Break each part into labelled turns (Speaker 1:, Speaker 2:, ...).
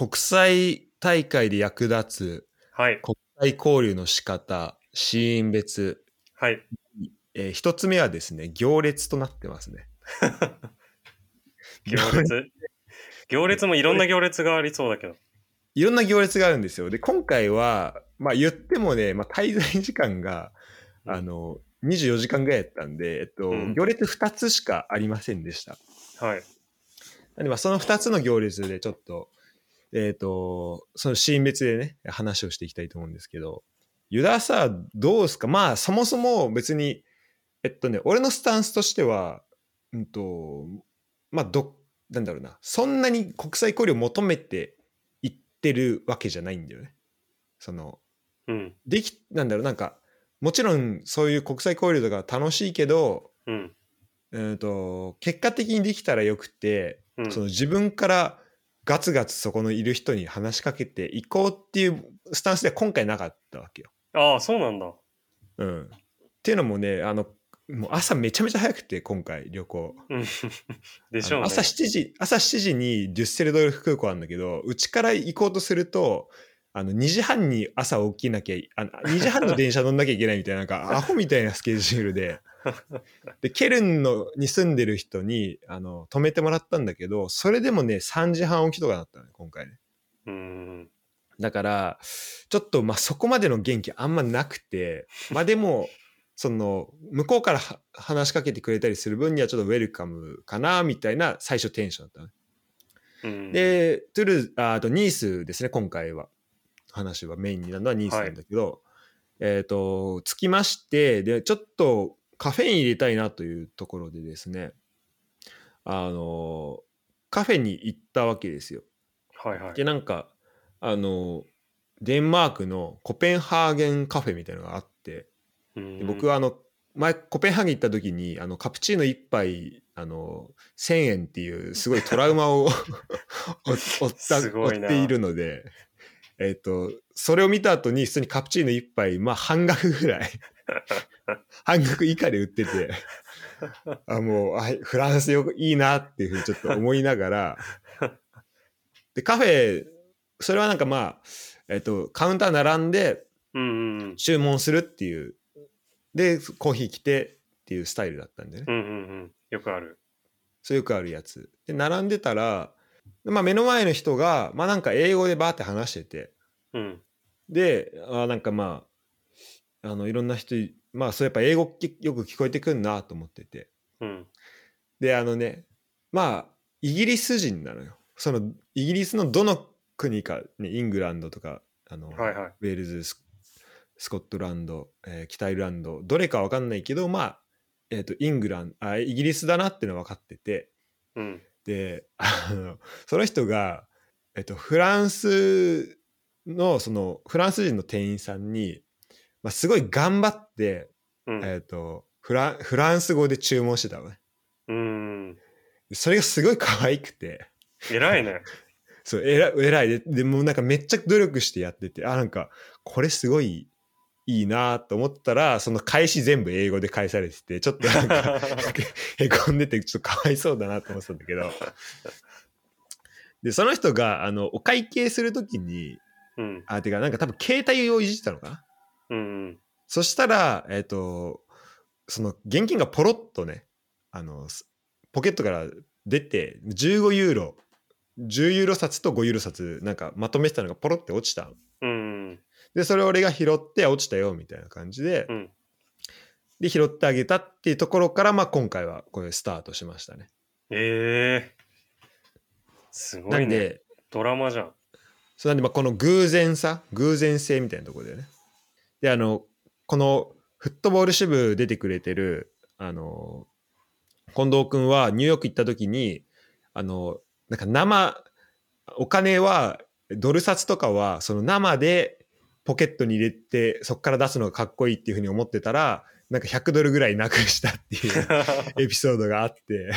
Speaker 1: 国際大会で役立つ国際交流の仕方、シーン別、
Speaker 2: はい。
Speaker 1: 一つ目はですね、行列となってますね。
Speaker 2: 行列もいろんな行列がありそうだけど。
Speaker 1: いろんな行列があるんですよ。で、今回は、まあ言ってもね、滞在時間が、24時間ぐらいやったんで、行列2つしかありませんでした。
Speaker 2: はい。
Speaker 1: なんでその2つの行列でちょっと、そのシーン別でね、話をしていきたいと思うんですけど、ユダさ、どうですか？まあ、そもそも別に、俺のスタンスとしては、まあ、なんだろうな、そんなに国際交流を求めていってるわけじゃないんだよね。なんだろう、なんか、もちろんそういう国際交流とか楽しいけど、結果的にできたらよくて、その自分からガツガツそこのいる人に話しかけていこうっていうスタンスでは今回なかったわけよ。
Speaker 2: ああ、そうなんだ。
Speaker 1: っていうのもね、もう朝めちゃめちゃ早くて、今回旅行。
Speaker 2: でしょうね。
Speaker 1: 朝7時にデュッセルドルフ空港なんだけど、うちから行こうとすると、2時半に朝起きなきゃ、2時半の電車乗んなきゃいけないみたいな、なんかアホみたいなスケジュールで、ケルンに住んでる人に泊めてもらったんだけど、それでもね、3時半起きとかだったね、今回ね。だから、ちょっとそこまでの元気あんまなくて、でも、向こうから話しかけてくれたりする分にはちょっとウェルカムかなみたいな最初テンションだったね。で、あとニースですね、今回は。話はメインになるのはニースなんだけど、着きまして、で、ちょっとカフェイン入れたいなというところでですね、カフェに行ったわけですよ。で、なんか、デンマークのコペンハーゲンカフェみたいなのがあって、で僕は前コペンハーゲン行った時にカプチーノ1杯1000円っていうすごいトラウマを負っているので、それを見た後に普通にカプチーノ1杯半額ぐらい半額以下で売っててもうフランスいいなっていうふうにちょっと思いながらでカフェそれはなんかカウンター並んで注文するっていう、でコーヒー来てっていうスタイルだったんでね。
Speaker 2: よくある。
Speaker 1: そうよくあるやつで並んでたら、目の前の人がなんか英語でバーって話してて、でなんかいろんな人そうやっぱ英語よく聞こえてくんなと思ってて、でイギリス人なのよ。そのイギリスのどの国か、ね、イングランドとかウェールズスコットランド、北アイルランドどれか分かんないけどイギリスだなっていうのは分かってて、でその人が、フランス人の店員さんに、すごい頑張って、フランス語で注文してたのね。それがすごい可愛くて
Speaker 2: 偉いね。
Speaker 1: そう偉いでもなんかめっちゃ努力してやってて、なんかこれすごいいいなと思ったら、その返し全部英語で返されてて、ちょっとなんかへこんでてちょっとかわいそうだなと思ってたんだけどでその人がお会計するときに、てかなんか多分携帯をいじってたのかな、そしたらその現金がポロッとねポケットから出て15ユーロ10ユーロ札と5ユーロ札なんかまとめてたのがポロって落ちたの。でそれを俺が拾って落ちたよみたいな感じで、で拾ってあげたっていうところから今回はこれスタートしましたね。
Speaker 2: すごいね。なんでドラマじゃん。
Speaker 1: そうなんでこの偶然性みたいなところでね。でこのフットボール支部出てくれてる近藤くんはニューヨーク行った時になんかお金はドル札とかはその生でポケットに入れてそこから出すのがかっこいいっていうふうに思ってたらなんか100ドルぐらいなくしたっていうエピソードがあって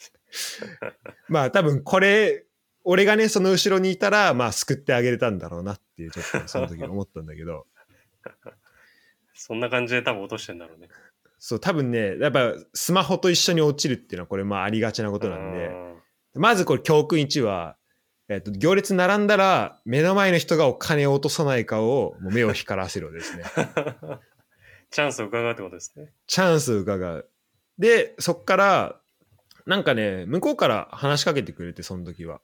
Speaker 1: 多分これ俺がねその後ろにいたら救ってあげれたんだろうなっていうちょっとその時思ったんだけど
Speaker 2: そんな感じで多分落としてんだろうね。
Speaker 1: そう多分ねやっぱスマホと一緒に落ちるっていうのはこれありがちなことなんで、まずこれ教訓1は行列並んだら目の前の人がお金を落とさないかをもう目を光らせろですね。
Speaker 2: チャンスを伺うってことですね。
Speaker 1: チャンスを伺う。で、そっからなんかね、向こうから話しかけてくれて、その時は。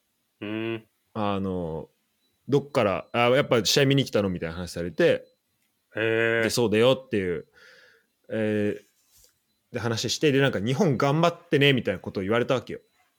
Speaker 1: どっからやっぱ試合見に来たのみたいな話されて、でそうだよっていう、で話して、でなんか日本頑張ってねみたいなことを言われたわけよ。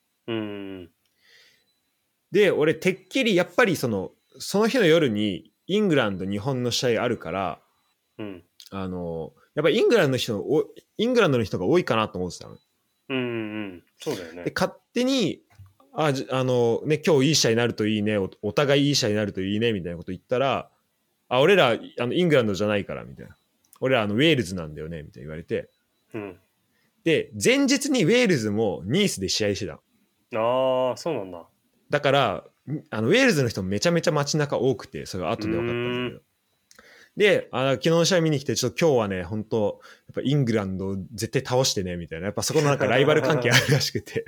Speaker 1: で俺てっきりやっぱりその日の夜にイングランド日本の試合あるから、やっぱりイングランドの人が多いかなと思ってたの。
Speaker 2: そうだよね。
Speaker 1: で勝手に今日いい試合になるといいね、お互いいい試合になるといいねみたいなこと言ったら、俺らイングランドじゃないからみたいな、俺らウェールズなんだよねみたいな言われて、で前日にウェールズもニースで試合してた。
Speaker 2: そうなんだ。
Speaker 1: だからウェールズの人もめちゃめちゃ街中多くて、それが後で分かったんだけど、で昨日の試合見に来て、ちょっと今日はね本当やっぱイングランドを絶対倒してねみたいな、やっぱそこのなんかライバル関係あるらしくて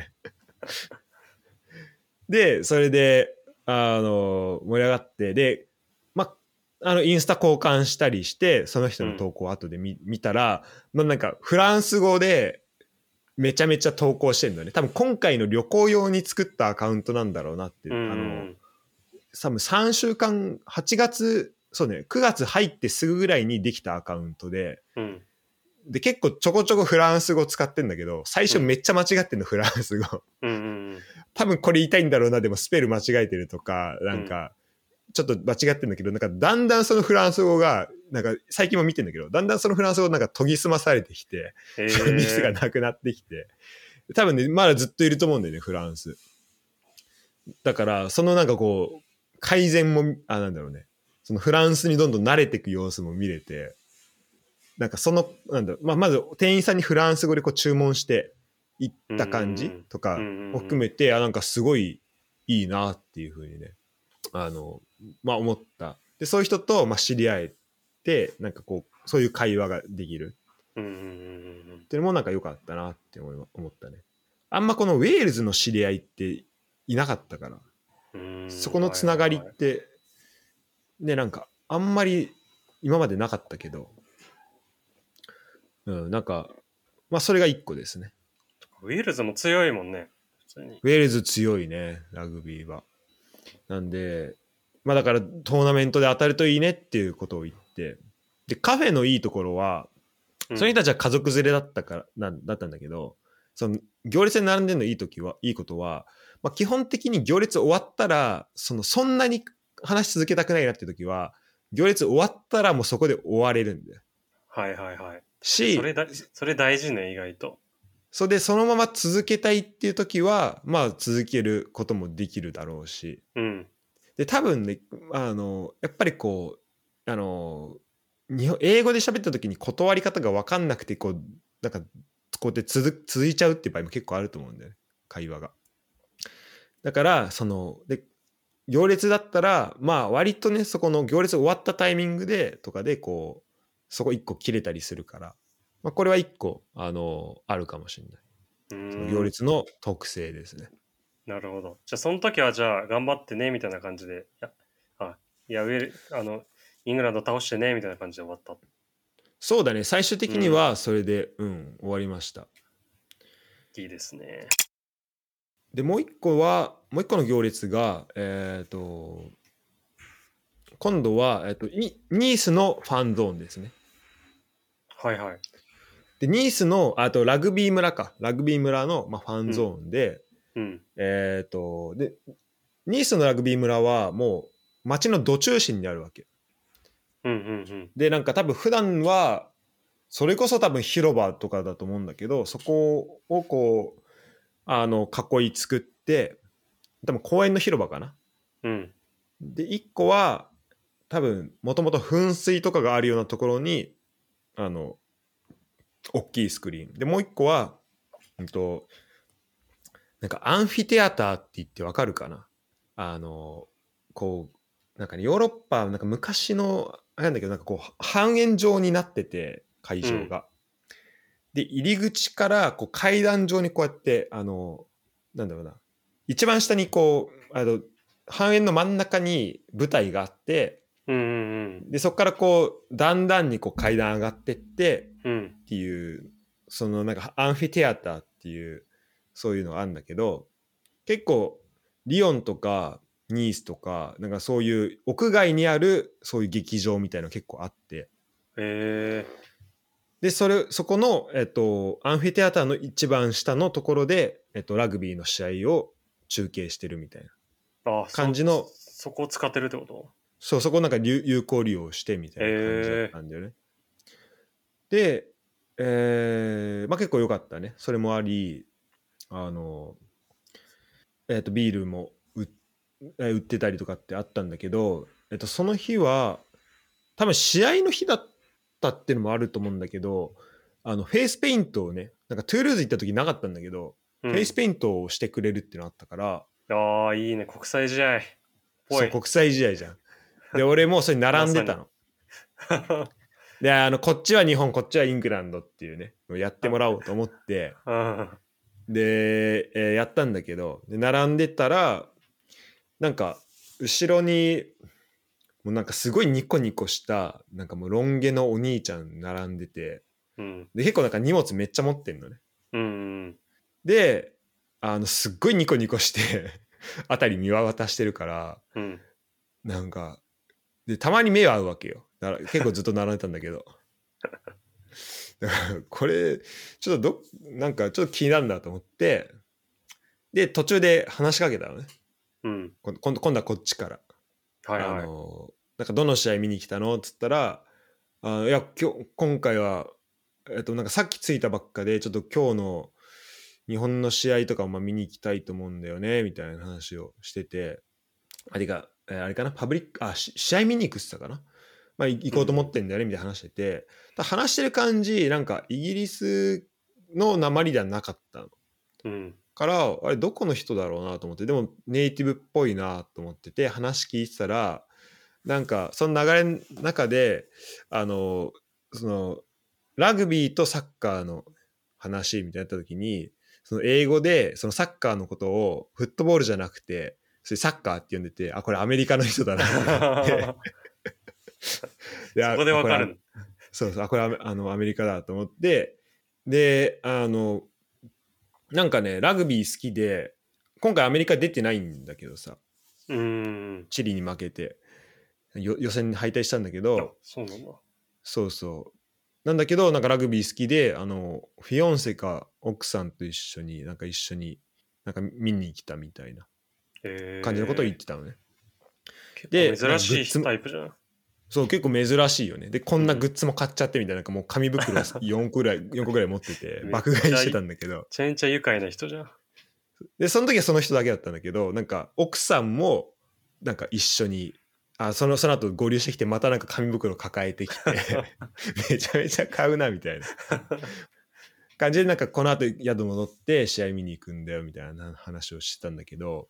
Speaker 1: でそれで盛り上がって、でインスタ交換したりして、その人の投稿を後で見たら、なんかフランス語でめちゃめちゃ投稿してるのね。多分今回の旅行用に作ったアカウントなんだろうなって。多分3週間、8月、そうね、9月入ってすぐぐらいにできたアカウントで、で結構ちょこちょこフランス語使ってんだけど、最初めっちゃ間違ってんの、フランス語。多分これ言いたいんだろうな、でもスペル間違えてるとか、なんか、ちょっと間違ってんだけど、なんかだんだんそのフランス語が、なんか最近も見てんだけど、だんだんそのフランス語なんか研ぎ澄まされてきて、そのミスがなくなってきて、多分ね、まだずっといると思うんだよね、フランス。だから、そのなんかこう、改善も、なんだろうね、そのフランスにどんどん慣れていく様子も見れて、なんかその、なんだろう、まず店員さんにフランス語でこう注文していった感じとかを含めて、なんかすごいいいなっていう風にね、思った。でそういう人と知り合えて、なんかこうそういう会話ができるっていうのもなんか良かったなって思ったね。あんまこのウェールズの知り合いっていなかったから、そこのつながりってね、なんかあんまり今までなかったけど、なんかそれが一個ですね。
Speaker 2: ウェールズも強いもんね。
Speaker 1: ウェールズ強いね、ラグビーは。なんでだからトーナメントで当たるといいねっていうことを言って、でカフェのいいところは、その人たちは家族連れだったんだけど、その行列に並んでるのいいことは、基本的に行列終わったらそんなに話し続けたくないなっていう時は、行列終わったらもうそこで終われるんだよ。
Speaker 2: それ大事ね、意外と。
Speaker 1: そのまま続けたいっていう時は続けることもできるだろうし、で多分ね、やっぱりこう英語で喋った時に断り方が分かんなくて、こうなんかこうやって続いちゃうっていう場合も結構あると思うんだよね、会話が。だからで行列だったら割とね、そこの行列終わったタイミングでとかでこうそこ一個切れたりするから、これは一個あるかもしれない。その行列の特性ですね。
Speaker 2: なるほど。じゃあその時はじゃあ頑張ってねみたいな感じで、イングランド倒してねみたいな感じで終わった。
Speaker 1: そうだね、最終的にはそれで、終わりました。
Speaker 2: いいですね。
Speaker 1: でもう一個の行列が今度は、ニースのファンゾーンですね。でニースのラグビー村の、ファンゾーンで、でニースのラグビー村はもう街のど中心にあるわけ。でなんか多分普段はそれこそ多分広場とかだと思うんだけど、そこをこう囲い作って、多分公園の広場かな。で一個は多分もともと噴水とかがあるようなところに大きいスクリーンで、もう一個はなんかアンフィテアターって言ってわかるかな。こうなんかね、ヨーロッパなんか昔のあれなんだけど、なんかこう半円状になってて会場が、で入り口からこう階段状にこうやってなんだろうな、一番下にこう半円の真ん中に舞台があって、
Speaker 2: うんうん
Speaker 1: でそこからこうだんだんにこう階段上がってって
Speaker 2: うん
Speaker 1: っていう、そのなんかアンフィテアターっていうそういうのがあるんだけど、結構リヨンとかニースとかなんかそういう屋外にあるそういう劇場みたいなの結構あって、
Speaker 2: へ
Speaker 1: でそこの、アンフィテアターの一番下のところで、ラグビーの試合を中継してるみたいな
Speaker 2: あ、
Speaker 1: 感じの、
Speaker 2: そこを使ってるってこと？
Speaker 1: そう、そこなんか有効利用してみたいな感じだったんだよね。で、まあ結構良かったね。それもあり、ビールも売ってたりとかってあったんだけど、その日は多分試合の日だったっていうのもあると思うんだけど、フェイスペイントをね、なんかトゥールーズ行った時なかったんだけど、
Speaker 2: うん、
Speaker 1: フェイスペイントをしてくれるっていうのあったから、
Speaker 2: ああ、いいね。国際試合。ぽい。
Speaker 1: そう、国際試合じゃん。で、俺もそれ並んでたの。で、こっちは日本、こっちはイングランドっていうね、やってもらおうと思って、で、やったんだけど、で並んでたら、なんか、後ろに、もうなんかすごいニコニコした、なんかもうロン毛のお兄ちゃん並んでて、
Speaker 2: うん、
Speaker 1: で、結構なんか荷物めっちゃ持ってんのね。
Speaker 2: うん、
Speaker 1: で、すっごいニコニコして辺り見渡してるから、
Speaker 2: うん、
Speaker 1: なんか、で、たまに目は合うわけよ。だから結構ずっと並んでたんだけど。だからこれ、ちょっとなんかちょっと気になるなと思って、で、途中で話しかけたのね。
Speaker 2: うん。
Speaker 1: 今度はこっちから。
Speaker 2: はいはい。
Speaker 1: なんかどの試合見に来たのっつったら、いや、今回は、なんかさっき着いたばっかで、ちょっと今日の日本の試合とかをまあ見に行きたいと思うんだよね、みたいな話をしてて、あれかな、試合見に行くって言ったかな。まあ、行こうと思ってんだよね、みたいな話してて、話してる感じ、なんかイギリスの訛りではなかったの。
Speaker 2: うん、
Speaker 1: から、あれ、どこの人だろうなと思って、でもネイティブっぽいなと思ってて、話聞いてたら、なんか、その流れの中で、その、ラグビーとサッカーの話みたいなやった時に、その英語で、そのサッカーのことをフットボールじゃなくて、それサッカーって呼んでて、あ、これアメリカの人だなって思って。
Speaker 2: そこでわかる。
Speaker 1: そうそう、これアメリカだと思って、で、なんかね、ラグビー好きで、今回アメリカ出てないんだけどさ、チリに負けて、予選に敗退したんだけど、
Speaker 2: そうなんだ。
Speaker 1: そうそう。なんだけど、なんかラグビー好きで、フィヨンセか奥さんと一緒になんか見に来たみたいな感じのことを言ってたのね。
Speaker 2: 結構珍しいタイプじゃん。
Speaker 1: そう、結構珍しいよね。で、こんなグッズも買っちゃってみたいな、なんかもう紙袋4個ぐらい持ってて、爆買いしてたんだけど。
Speaker 2: めちゃ愉快な人じゃん。
Speaker 1: で、その時はその人だけだったんだけど、なんか奥さんも、なんか一緒に、その後合流してきて、またなんか紙袋抱えてきて、めちゃめちゃ買うな、みたいな感じで、なんかこの後宿戻って試合見に行くんだよ、みたいな話をしてたんだけど、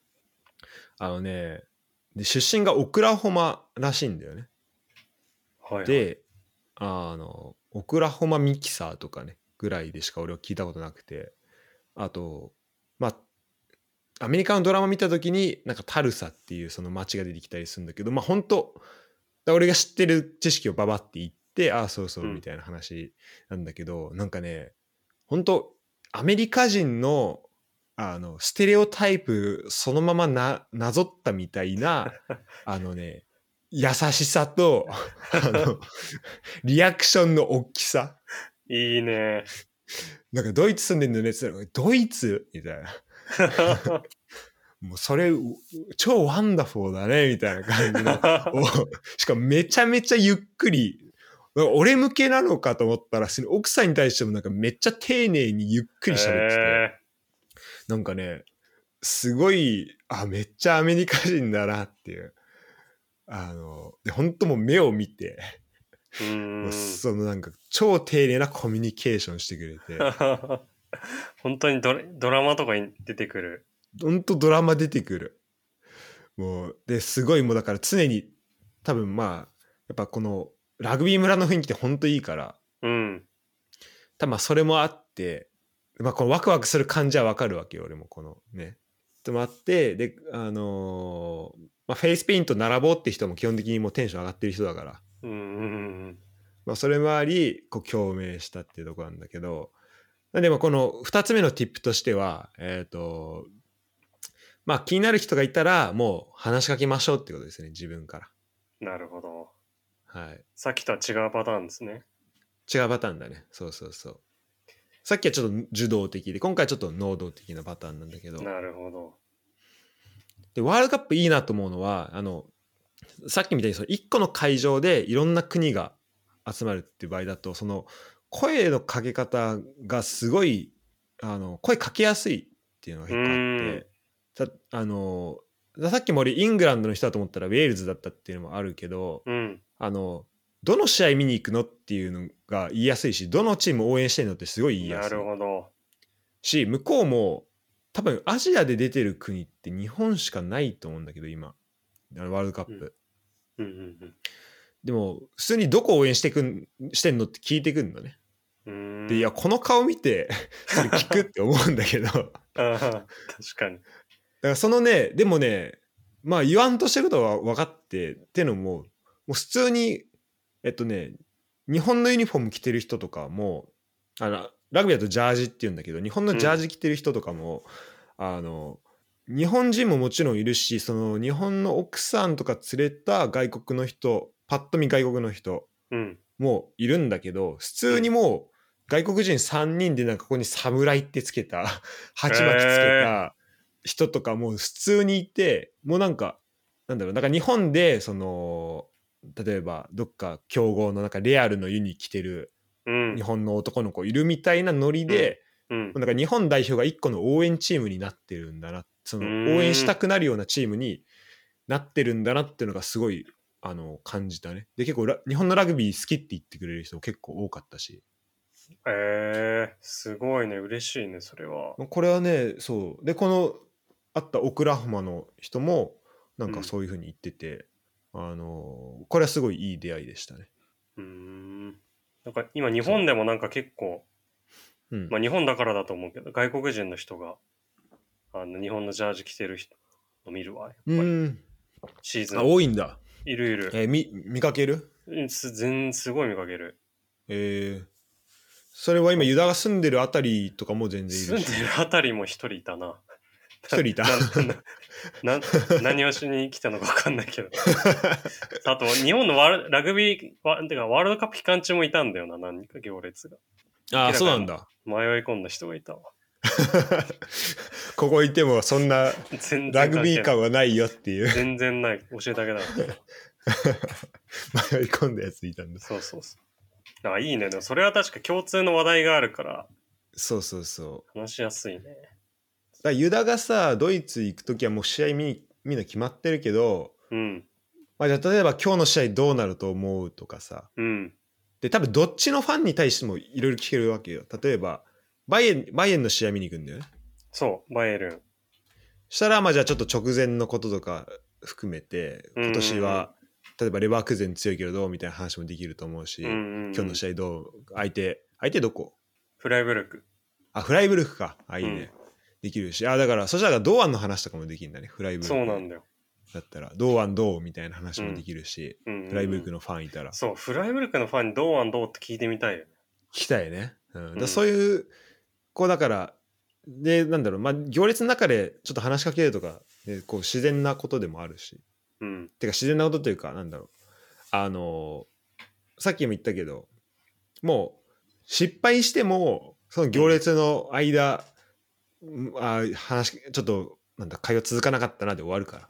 Speaker 1: で出身がオクラホマらしいんだよね。
Speaker 2: はいはい、
Speaker 1: で、オクラホマミキサーとかね、ぐらいでしか俺は聞いたことなくて、あと、まあ、アメリカのドラマ見た時に、なんかタルサっていうその街が出てきたりするんだけど、まあ本当、俺が知ってる知識をババって言って、そうそうみたいな話なんだけど、なんかね、本当アメリカ人のステレオタイプそのままなぞったみたいな優しさとリアクションの大きさ。
Speaker 2: いいね。
Speaker 1: なんかドイツ住んでんのねって言ったら、ドイツみたいな。もうそれ超ワンダフォーだねみたいな感じのしかもめちゃめちゃゆっくり、俺向けなのかと思ったら奥さんに対してもなんかめっちゃ丁寧にゆっくり喋ってて、なんかねすごいめっちゃアメリカ人だなっていう、で本当もう目を見てもうそのなんか超丁寧なコミュニケーションしてくれて
Speaker 2: 本当にドラマとかに出てくる。
Speaker 1: 本当ドラマ出てくる。もうですごいもうだから常に多分まあやっぱこのラグビー村の雰囲気って本当いいから、多分それもあって、まあこのワクワクする感じはわかるわけよ俺もこのね人もあって、で、まあ、フェイスペイント並ぼうって人も基本的にもうテンション上がってる人だから、
Speaker 2: うんうん
Speaker 1: まあ、それもありこう共鳴したっていうところなんだけど、でもこの2つ目のティップとしては、まあ気になる人がいたらもう話しかけましょうってことですね、自分から。
Speaker 2: なるほど。
Speaker 1: はい。
Speaker 2: さっきとは違うパターンですね。
Speaker 1: 違うパターンだね。そうそうそう。さっきはちょっと受動的で、今回はちょっと能動的なパターンなんだけど、
Speaker 2: なるほど。
Speaker 1: でワールドカップいいなと思うのは、さっきみたいにその1個の会場でいろんな国が集まるっていう場合だと、その声のかけ方がすごい声かけやすいっていうのが
Speaker 2: う
Speaker 1: 結構あっ
Speaker 2: ーん。
Speaker 1: て、さっきも俺イングランドの人だと思ったらウェールズだったっていうのもあるけど、
Speaker 2: うん。
Speaker 1: どの試合見に行くのっていうのが言いやすいし、どのチーム応援してるのってすごい言いや
Speaker 2: なる
Speaker 1: すい
Speaker 2: ほど。
Speaker 1: し、向こうも多分アジアで出てる国って日本しかないと思うんだけど、今ワールドカッ
Speaker 2: うん
Speaker 1: プ、
Speaker 2: うんうん
Speaker 1: でも普通にどこ応援してんのって聞いてくんのね。
Speaker 2: うん。うーん。
Speaker 1: で、いやこの顔見てそれ聞くって思うんだけどだか
Speaker 2: あー確かに。
Speaker 1: らそのね、でもね、まあ言わんとしてることは分かってってのも、もう普通に日本のユニフォーム着てる人とかも、ラグビーだとジャージって言うんだけど、日本のジャージ着てる人とかも、日本人ももちろんいるし、その日本の奥さんとか連れた外国の人、パッと見外国の人
Speaker 2: うん。
Speaker 1: もいるんだけど、普通にもう外国人3人でなんかここに侍ってつけた鉢巻きつけた人とかも普通にいて、もうなんかなんだろう、なんか日本でその例えばどっか強豪のなんかレアルのユニ着てる
Speaker 2: うん
Speaker 1: 日本の男の子いるみたいなノリ
Speaker 2: うん
Speaker 1: で、
Speaker 2: うん
Speaker 1: なんか日本代表が一個の応援チームになってるんだな、そ
Speaker 2: う
Speaker 1: の応援し
Speaker 2: ーん。
Speaker 1: たくなるようなチームになってるんだなっていうのがすごい感じたね。で結構日本のラグビー好きって言ってくれる人結構多かったし、
Speaker 2: すごいね。嬉しいね、それは。
Speaker 1: これはね、そうでこのあったオクラホマの人もなんか
Speaker 2: うん。
Speaker 1: そういう風に言ってて、これはすごいいい出会いでしたね。
Speaker 2: うーん。なんか今日
Speaker 1: そ
Speaker 2: 本でもなんか結構、
Speaker 1: う、うん、
Speaker 2: まあ日本だからだと思うけど、外国人の人が日本のジャージ着てる人を見るわ、やっぱり。
Speaker 1: うんあ
Speaker 2: シーズン。
Speaker 1: 多いんだ。
Speaker 2: いるいる。
Speaker 1: 見かける？
Speaker 2: すごい見かける。
Speaker 1: それは今ユダが住んでるあたりとかも全然いるし。
Speaker 2: 住んでるあたりも一人いたな。
Speaker 1: 一人いた
Speaker 2: 何をしに来たのか分かんないけど。あと、日本のラグビーてかワールドカップ期間中もいたんだよな、何人か行列が。
Speaker 1: ああ、
Speaker 2: 明らかに
Speaker 1: そうなんだ。
Speaker 2: 迷い込んだ人がいたわ。
Speaker 1: ここいてもそんな
Speaker 2: 全
Speaker 1: ラグ
Speaker 2: 然関係ない。
Speaker 1: ビー感はないよっていう
Speaker 2: 全然ない。教えてあげなかった。
Speaker 1: 迷い込んだやついたんだ。
Speaker 2: そうそうそう。あ、いいね。でもそれは確か共通の話題があるから
Speaker 1: そうそうそう。
Speaker 2: 話しやすいね。
Speaker 1: だからユダがさ、ドイツ行くときはもう試合見るの決まってるけど、
Speaker 2: うん。
Speaker 1: まあ、じゃあ例えば今日の試合どうなると思うとかさ。
Speaker 2: うん。
Speaker 1: で、多分どっちのファンに対してもいろいろ聞けるわけよ。例えば、バイエンの試合見に行くんだよね。
Speaker 2: そう、バイエルン。
Speaker 1: したら、まあじゃあちょっと直前のこととか含めて、今年は、例えばレバークーゼン強いけどどうみたいな話もできると思うし、
Speaker 2: うんうんうん、
Speaker 1: 今日の試合どう相手どこ？
Speaker 2: フライブルク。
Speaker 1: あ、フライブルクか。あ、いいね。
Speaker 2: うん、
Speaker 1: できるし、だから、そしたら堂安の話とかもできるんだね、フライブルク。
Speaker 2: そうなんだよ。
Speaker 1: だったら、堂安どうみたいな話もできるし、フライブルクのファンいたら。
Speaker 2: そう、フライブルクのファンに堂安どうって聞いてみたいよね。
Speaker 1: 聞きたいね。だそういう、こうだから、で、なんだろう、まあ、行列の中でちょっと話しかけるとか、こう自然なことでもあるし。
Speaker 2: うん。
Speaker 1: てか自然なことというか、なんだろう。さっきも言ったけど、もう失敗しても、その行列の間、ちょっと、なんだ、会話続かなかったなで終わるから。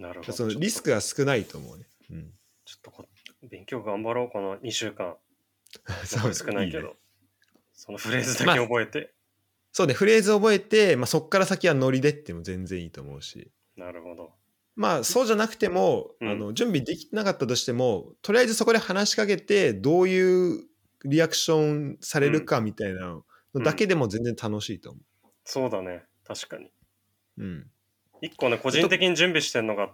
Speaker 2: なるほど。
Speaker 1: そのリスクが少ないと思うね。うん、
Speaker 2: ちょっと勉強頑張ろう、この2週間。
Speaker 1: そう
Speaker 2: 少ないけど
Speaker 1: いいね、
Speaker 2: そのフレーズだけ覚えて。
Speaker 1: そうね、フレーズ覚えて、そっから先はノリでっても全然いいと思うし。
Speaker 2: なるほど。
Speaker 1: そうじゃなくても、準備できなかったとしても、とりあえずそこで話しかけて、どういうリアクションされるかみたいなのだけでも全然楽しいと思う。
Speaker 2: そうだね、確かに。
Speaker 1: うん。
Speaker 2: 一個ね、個人的に準備してるのがあって、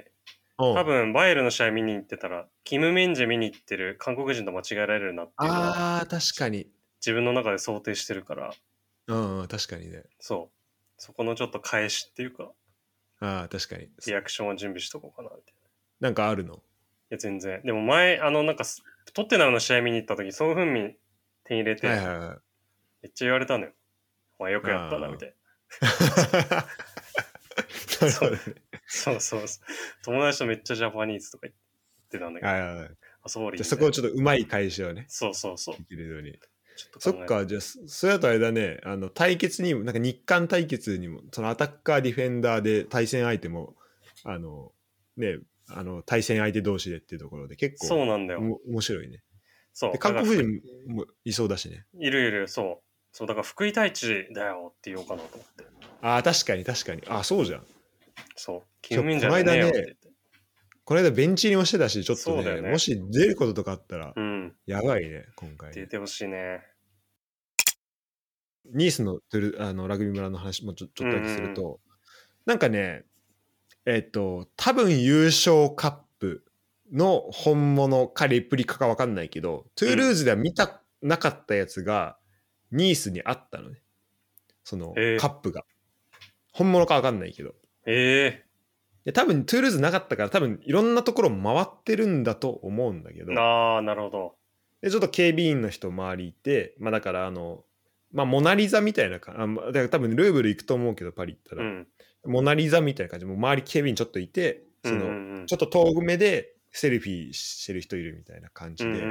Speaker 2: 多分バイエルの試合見に行ってたら、キム・ミンジェ見に行ってる韓国人と間違えられるなっていうのは、
Speaker 1: 確かに。
Speaker 2: 自分の中で想定してるから。
Speaker 1: うん、確かにね。
Speaker 2: そそこのちょっと返しっていうか、
Speaker 1: ああ、確かに。
Speaker 2: リアクションを準備しとこうかなみたいな。
Speaker 1: なんかあるの？
Speaker 2: いや、全然。でも前、なんか、トッテナムの試合見に行った時、ソン・フンミン点入れて、
Speaker 1: はいはいはい。
Speaker 2: めっちゃ言われたのよ。お前よくやったな、みたい
Speaker 1: なるほどね。
Speaker 2: な。そう。友達とめっちゃジャパニーズとか言ってたんだけど、
Speaker 1: はいはいはい。
Speaker 2: あ、そう
Speaker 1: じゃあそこをちょっとうまい返しをね、
Speaker 2: そう。
Speaker 1: できるように。
Speaker 2: ちょっと考えて。
Speaker 1: そっか、じゃあ、それだとあれだね、対決にも、なんか日韓対決にも、そのアタッカー、ディフェンダーで対戦相手も、ね、対戦相手同士でっていうところで結構、
Speaker 2: そうなんだよ。
Speaker 1: 面白いね。
Speaker 2: そう。
Speaker 1: で、韓国人もいそうだしね。
Speaker 2: いる、そう。そう、だから福井太一だよって言おうかなと思って。
Speaker 1: ああ、確かに。あ、そうじゃん。
Speaker 2: そう。キム・ミンじゃねえよって言って。
Speaker 1: この間ベンチ入りもしてたし、ちょっとね、
Speaker 2: そうだよね
Speaker 1: もし出ることとかあったら、
Speaker 2: うん。
Speaker 1: やばいね、今回ね。
Speaker 2: 出てほしいね。
Speaker 1: ニースのラグビー村の話もちょっとだけすると、なんかね、多分優勝カップの本物かレプリカか分かんないけど、トゥールーズではなかったやつがニースにあったのね。そのカップが。本物か分かんないけど。で多分トゥールーズなかったから多分いろんなところ回ってるんだと思うんだけど。
Speaker 2: ああ、なるほど。
Speaker 1: で、ちょっと警備員の人周りいて、まあだからまあモナリザみたいなだから多分ルーブル行くと思うけどパリ行ったら。モナリザみたいな感じで、もう周り警備員ちょっといて、ちょっと遠目でセルフィーしてる人いるみたいな感じで。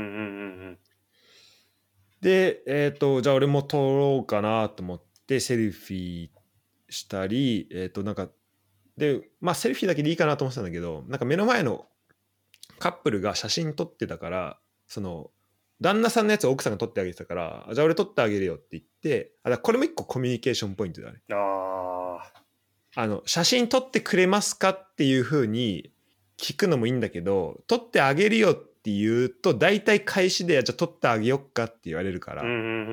Speaker 1: で、じゃあ俺も撮ろうかなと思ってセルフィーしたり、なんか、で、まあセルフィーだけでいいかなと思ってたんだけど、なんか目の前のカップルが写真撮ってたから、その、旦那さんのやつを奥さんが撮ってあげてたから、じゃあ俺撮ってあげるよって言って、だこれも一個コミュニケーションポイントだね。写真撮ってくれますかっていう風に聞くのもいいんだけど、撮ってあげるよって言うと大体返しでじゃあ撮ってあげよっかって言われるから、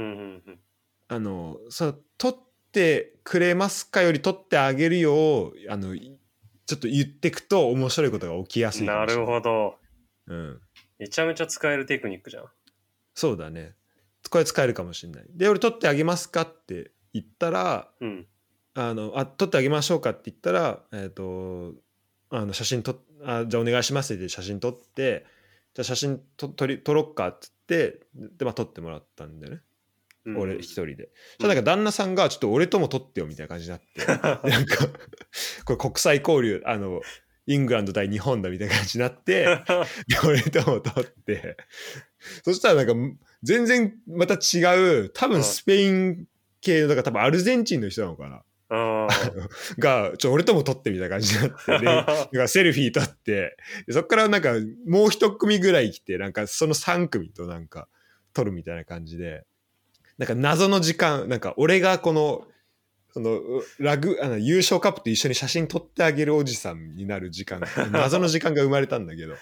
Speaker 1: その撮ってくれますかより撮ってあげるようちょっと言ってくと面白いことが起きやすいかもしれない。
Speaker 2: なるほど。
Speaker 1: うん。
Speaker 2: めちゃめちゃ使えるテクニックじゃん。
Speaker 1: そうだね。これ使えるかもしれない。で、俺撮ってあげますかって言ったら、撮ってあげましょうかって言ったら、写真じゃあお願いしますって写真撮って、じゃあ写真撮ろっかって言って、で、まあ撮ってもらったんだよね。俺一人で。そしたら旦那さんがちょっと俺とも撮ってよみたいな感じになって、なんか、これ国際交流、イングランド対日本だみたいな感じになって、で俺とも撮って、そしたらなんか全然また違う、多分スペイン系の、だから多分アルゼンチンの人なのかな。が俺とも撮ってみたいな感じになってでなんかセルフィー撮ってそっからなんかもう一組ぐらい来てなんかその3組となんか撮るみたいな感じでなんか謎の時間なんか俺がその優勝カップと一緒に写真撮ってあげるおじさんになる時間謎の時間が生まれたんだけど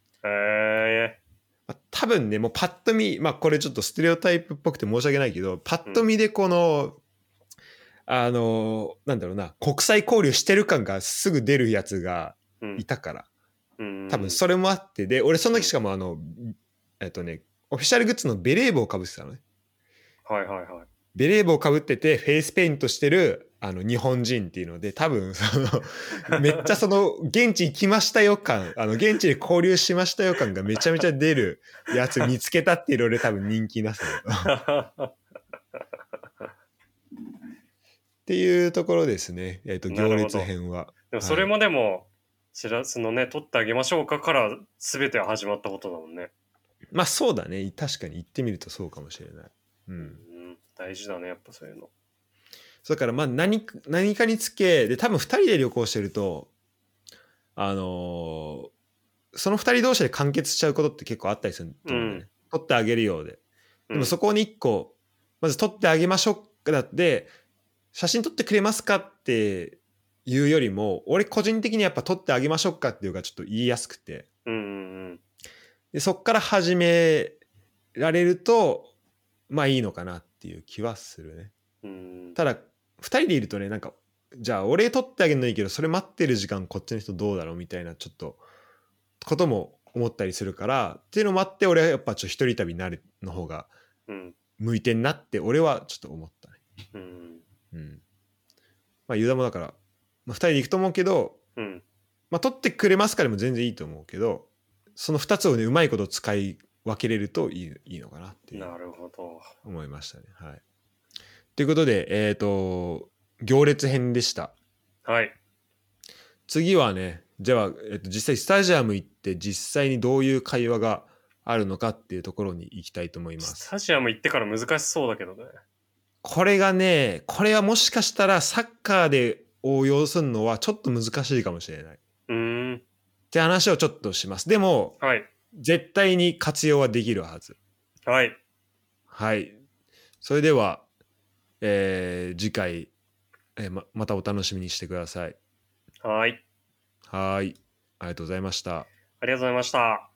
Speaker 1: 多分ねもうパッと見まあこれちょっとステレオタイプっぽくて申し訳ないけどパッと見でこのなんだろうな国際交流してる感がすぐ出るやつがいたから、多分それもあってで俺その時しかもオフィシャルグッズのベレー帽をかぶってたのね。ベレー帽をかぶっててフェイスペイントしてる日本人っていうので多分めっちゃその現地行きましたよ感現地で交流しましたよ感がめちゃめちゃ出るやつ見つけたっていうので多分人気なさっていうところですね。行列編は。
Speaker 2: でもそれもでも、そのね、取ってあげましょうかから全ては始まったことだもんね。
Speaker 1: まあそうだね。確かに言ってみるとそうかもしれない。
Speaker 2: 大事だね、やっぱそういうの。
Speaker 1: だからまあ何かにつけ、で、多分2人で旅行してると、その2人同士で完結しちゃうことって結構あったりすると思うんだよね。取ってあげるようで。でもそこに1個、まず取ってあげましょうかだって、写真撮ってくれますかっていうよりも俺個人的にやっぱ撮ってあげましょうかっていうのがちょっと言いやすくて、でそっから始められるとまあいいのかなっていう気はするね。ただ2人でいるとねなんかじゃあ俺撮ってあげるのいいけどそれ待ってる時間こっちの人どうだろうみたいなちょっとことも思ったりするからっていうのもあって俺はやっぱちょっと一人旅になるの方が向いてんなって俺はちょっと思ったね。 まあユダもだから、まあ、2人で行くと思うけど、
Speaker 2: うん。
Speaker 1: まあ取ってくれますかでも全然いいと思うけど、その2つをねうまいこと使い分けれるといいのかなっていう
Speaker 2: なるほど。
Speaker 1: 思いましたね。はい。ということで行列編でした。
Speaker 2: はい。
Speaker 1: 次はね、じゃあ、実際スタジアム行って実際にどういう会話があるのかっていうところに行きたいと思いま
Speaker 2: ス
Speaker 1: す。
Speaker 2: タジアム行ってから難しそうだけどね。
Speaker 1: これがね、これはもしかしたらサッカーで応用するのはちょっと難しいかもしれない。っ
Speaker 2: うーん。
Speaker 1: て話をちょっとします。でも、
Speaker 2: はい。
Speaker 1: 絶対に活用はできるはず。
Speaker 2: はい。
Speaker 1: はい。それでは、次回、またお楽しみにしてください。
Speaker 2: はい。
Speaker 1: はい。ありがとうございました。
Speaker 2: ありがとうございました。